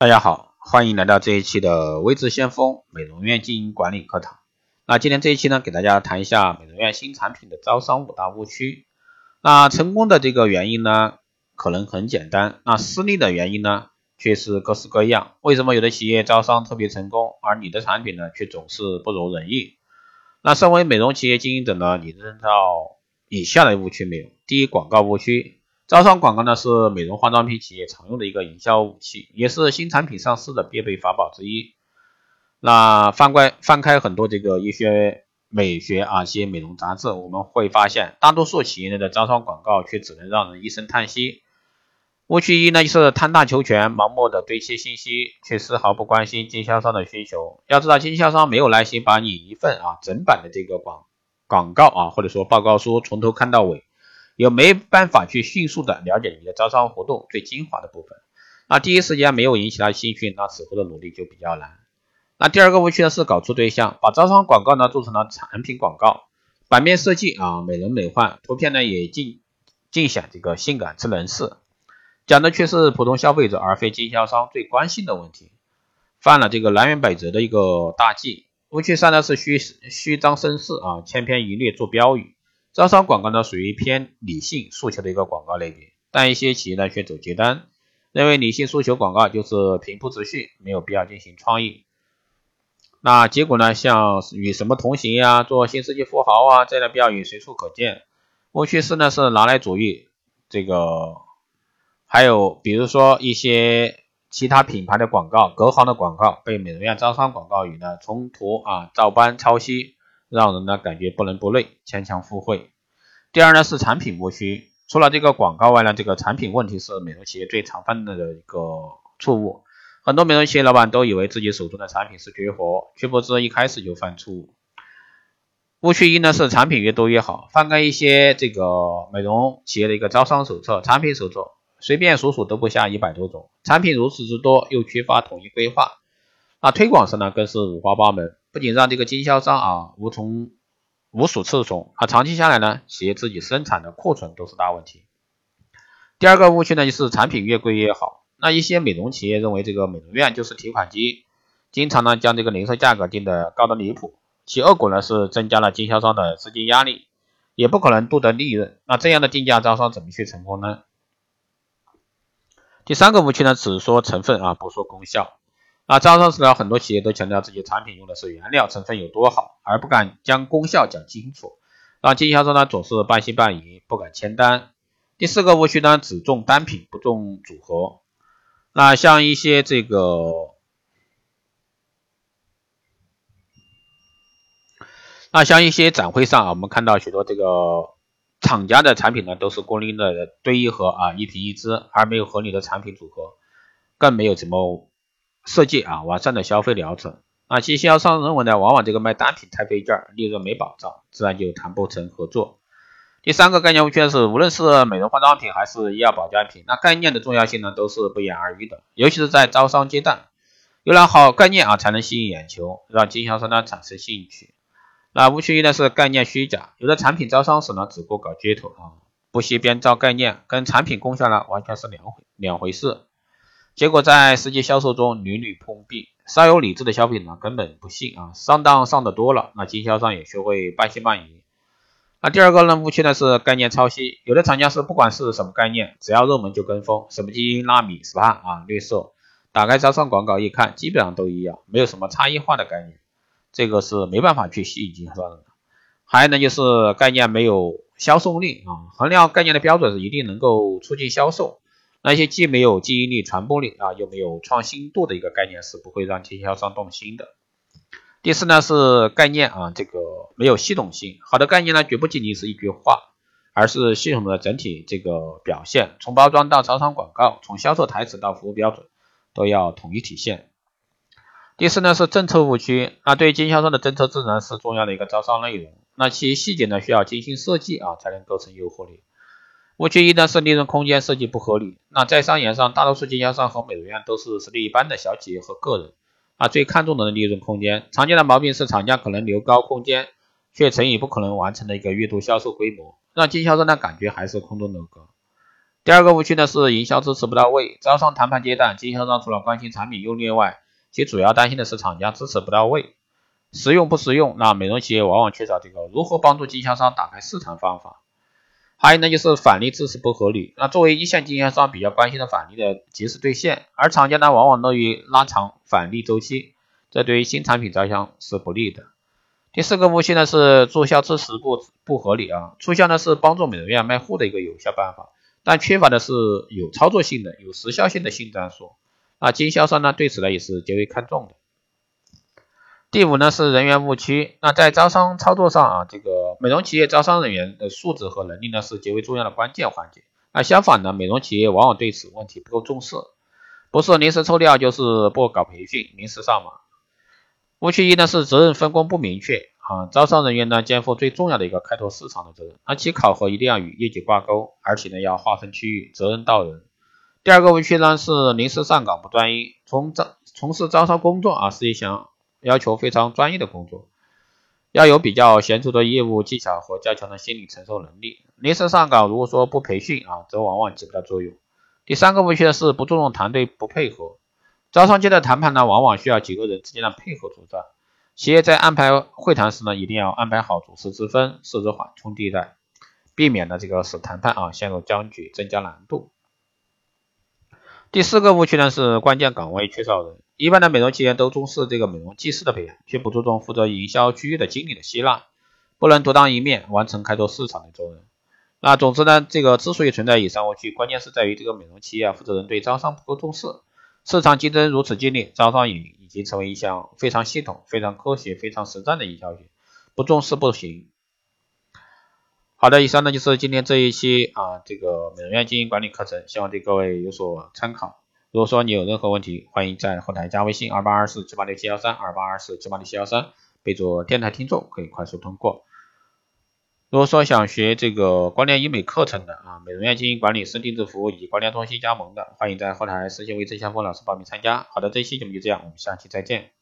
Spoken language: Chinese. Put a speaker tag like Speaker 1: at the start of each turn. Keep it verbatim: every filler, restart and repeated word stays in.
Speaker 1: 大家好，欢迎来到这一期的微智先锋美容院经营管理课堂。那今天这一期呢，给大家谈一下美容院新产品的招商五大误区。那成功的这个原因呢，可能很简单，那失利的原因呢，却是各式各样。为什么有的企业招商特别成功，而你的产品呢，却总是不如人意？那身为美容企业经营者呢，你知道以下的误区没有？第一，广告误区。招商广告呢是美容化妆品企业常用的一个营销武器，也是新产品上市的必备法宝之一。那翻开翻开很多这个医学美学啊，一些美容杂志，我们会发现大多数企业内的招商广告却只能让人一声叹息。误区一呢，就是贪大求全，盲目的堆砌信息，却丝毫不关心经销商的需求。要知道，经销商没有耐心把你一份啊整版的这个广广告啊，或者说报告书从头看到尾，也没办法去迅速的了解你的招商活动最精华的部分。那第一时间没有引起他的兴趣，那此后的努力就比较难。那第二个误区呢是搞错对象，把招商广告呢做成了产品广告，版面设计啊美轮美奂，图片呢也尽尽显这个性感之人士，讲的却是普通消费者而非经销商最关心的问题，犯了这个南辕北辙的一个大忌。误区三呢是虚虚张声势啊，千篇一律做标语。招商广告呢属于偏理性诉求的一个广告类别，但一些企业呢却走极端，认为理性诉求广告就是平铺直叙，没有必要进行创意。那结果呢，像与什么同行呀、做新世纪富豪啊这类标语随处可见。误区四呢是拿来主义，这个还有比如说一些其他品牌的广告，隔行的广告被美容院招商广告语呢从图啊照搬抄袭，让人呢感觉不伦不类，牵强附会。第二呢是产品误区，除了这个广告外呢，这个产品问题是美容企业最常犯的一个错误。很多美容企业老板都以为自己手中的产品是绝活，却不知一开始就犯错误。误区一呢是产品越多越好，翻开一些这个美容企业的一个招商手册、产品手册，随便数数都不下一百多种，产品如此之多，又缺乏统一规划。那推广上呢更是五花八门，不仅让这个经销商啊无从无所适从，啊长期下来呢，企业自己生产的库存都是大问题。第二个误区呢就是产品越贵越好。那一些美容企业认为这个美容院就是提款机，经常呢将这个零售价格定得高得离谱，其恶果呢是增加了经销商的资金压力，也不可能多得利润。那这样的定价招商怎么去成功呢？第三个误区呢只说成分啊，不说功效。那招商时呢，很多企业都强调自己产品用的是原料成分有多好，而不敢将功效讲清楚，让经销商呢总是半信半疑，不敢签单。第四个误区呢只重单品不重组合。那像一些这个那像一些展会上啊，我们看到许多这个厂家的产品呢都是孤零的堆一盒啊，一瓶一支，而没有合理的产品组合，更没有怎么设计啊完善的消费疗程。那经销商认为呢，往往这个卖单品太费劲，利润没保障，自然就谈不成合作。第三个概念误区是，无论是美容化妆品还是医药保健品，那概念的重要性呢都是不言而喻的，尤其是在招商阶段，有了好概念啊才能吸引眼球，让经销商呢产生兴趣。那误区一呢是概念虚假，有的产品招商时呢只顾搞噱头啊，不惜编造概念，跟产品功效呢完全是两回两回事，结果在实际销售中屡屡碰壁。稍有理智的消费者呢根本不信啊，上当上的多了，那经销商也学会半信半疑。那第二个呢误区呢是概念抄袭，有的厂家是不管是什么概念，只要热门就跟风，什么基因纳米 S P A 啊绿色，打开招商广告一看基本上都一样，没有什么差异化的概念，这个是没办法去吸引经销商的。还有呢就是概念没有销售力啊，衡量概念的标准是一定能够促进销售，那些既没有记忆力传播力啊又没有创新度的一个概念是不会让经销商动心的。第四呢是概念啊，这个没有系统性，好的概念呢绝不仅仅是一句话，而是系统的整体这个表现，从包装到招商广告，从销售台词到服务标准都要统一体现。第四呢是政策误区，那对经销商的政策智能是重要的一个招商内容，那其细节呢需要精心设计啊才能构成诱惑力。误区一呢是利润空间设计不合理，那在商言上，大多数经销商和美容院都是实力一般的小企业和个人啊，最看重的利润空间，常见的毛病是厂家可能留高空间，却乘以不可能完成的一个月度销售规模，让经销商的感觉还是空中楼阁。 第二个误区呢是营销支持不到位，招商谈判阶段，经销商除了关心产品优劣外，其主要担心的是厂家支持不到位，实用不实用。那美容企业往往缺少这个如何帮助经销商打开市场方法。还有呢就是返利支持不合理，那作为一线经销商比较关心的返利的及时兑现，而厂家呢往往乐于拉长返利周期，这对于新产品招商是不利的。第四个误区呢是促销支持不不合理啊，促销呢是帮助美容院卖货的一个有效办法，但缺乏的是有操作性的、有时效性的新战术。那经销商呢对此呢也是极为看重的。第五呢是人员误区，那在招商操作上啊，这个美容企业招商人员的素质和能力呢是极为重要的关键环节。那相反呢，美容企业往往对此问题不够重视，不是临时抽调就是不搞培训，临时上马。误区一呢是责任分工不明确啊，招商人员呢肩负最重要的一个开拓市场的责任，那其考核一定要与业绩挂钩，而且呢要划分区域，责任到人。第二个误区呢是临时上岗不专一，从招从事招商工作啊是一项要求非常专业的工作，要有比较娴熟的业务技巧和较强的心理承受能力。临时上岗如果说不培训啊，则往往起不到作用。第三个误区呢是不注重团队不配合，招商阶段谈判呢往往需要几个人之间的配合作战，企业在安排会谈时呢一定要安排好主次之分，设置缓冲地带，避免呢这个使谈判啊陷入僵局，增加难度。第四个误区呢是关键岗位缺少人，一般的美容企业都重视这个美容技师的培养，却不注重负责营销区域的经理的吸纳，不能独当一面完成开拓市场的重任。那总之呢，这个之所以存在以上误区，关键是在于这个美容企业负责人对招商不够重视，市场竞争如此激烈，招商也已经成为一项非常系统、非常科学、非常实战的营销学，不重视不行。好的，以上呢就是今天这一期啊这个美容院经营管理课程，希望对各位有所参考。如果说你有任何问题，欢迎在后台加微信二八二四七八六七一三 二八二四七八六七一三，备注电台听众，可以快速通过。如果说想学这个光电医美课程的啊，美容院经营管理、深定制服务以及光电中心加盟的，欢迎在后台私信为郑向峰老师报名参加。好的，这一期节目就这样，我们下期再见。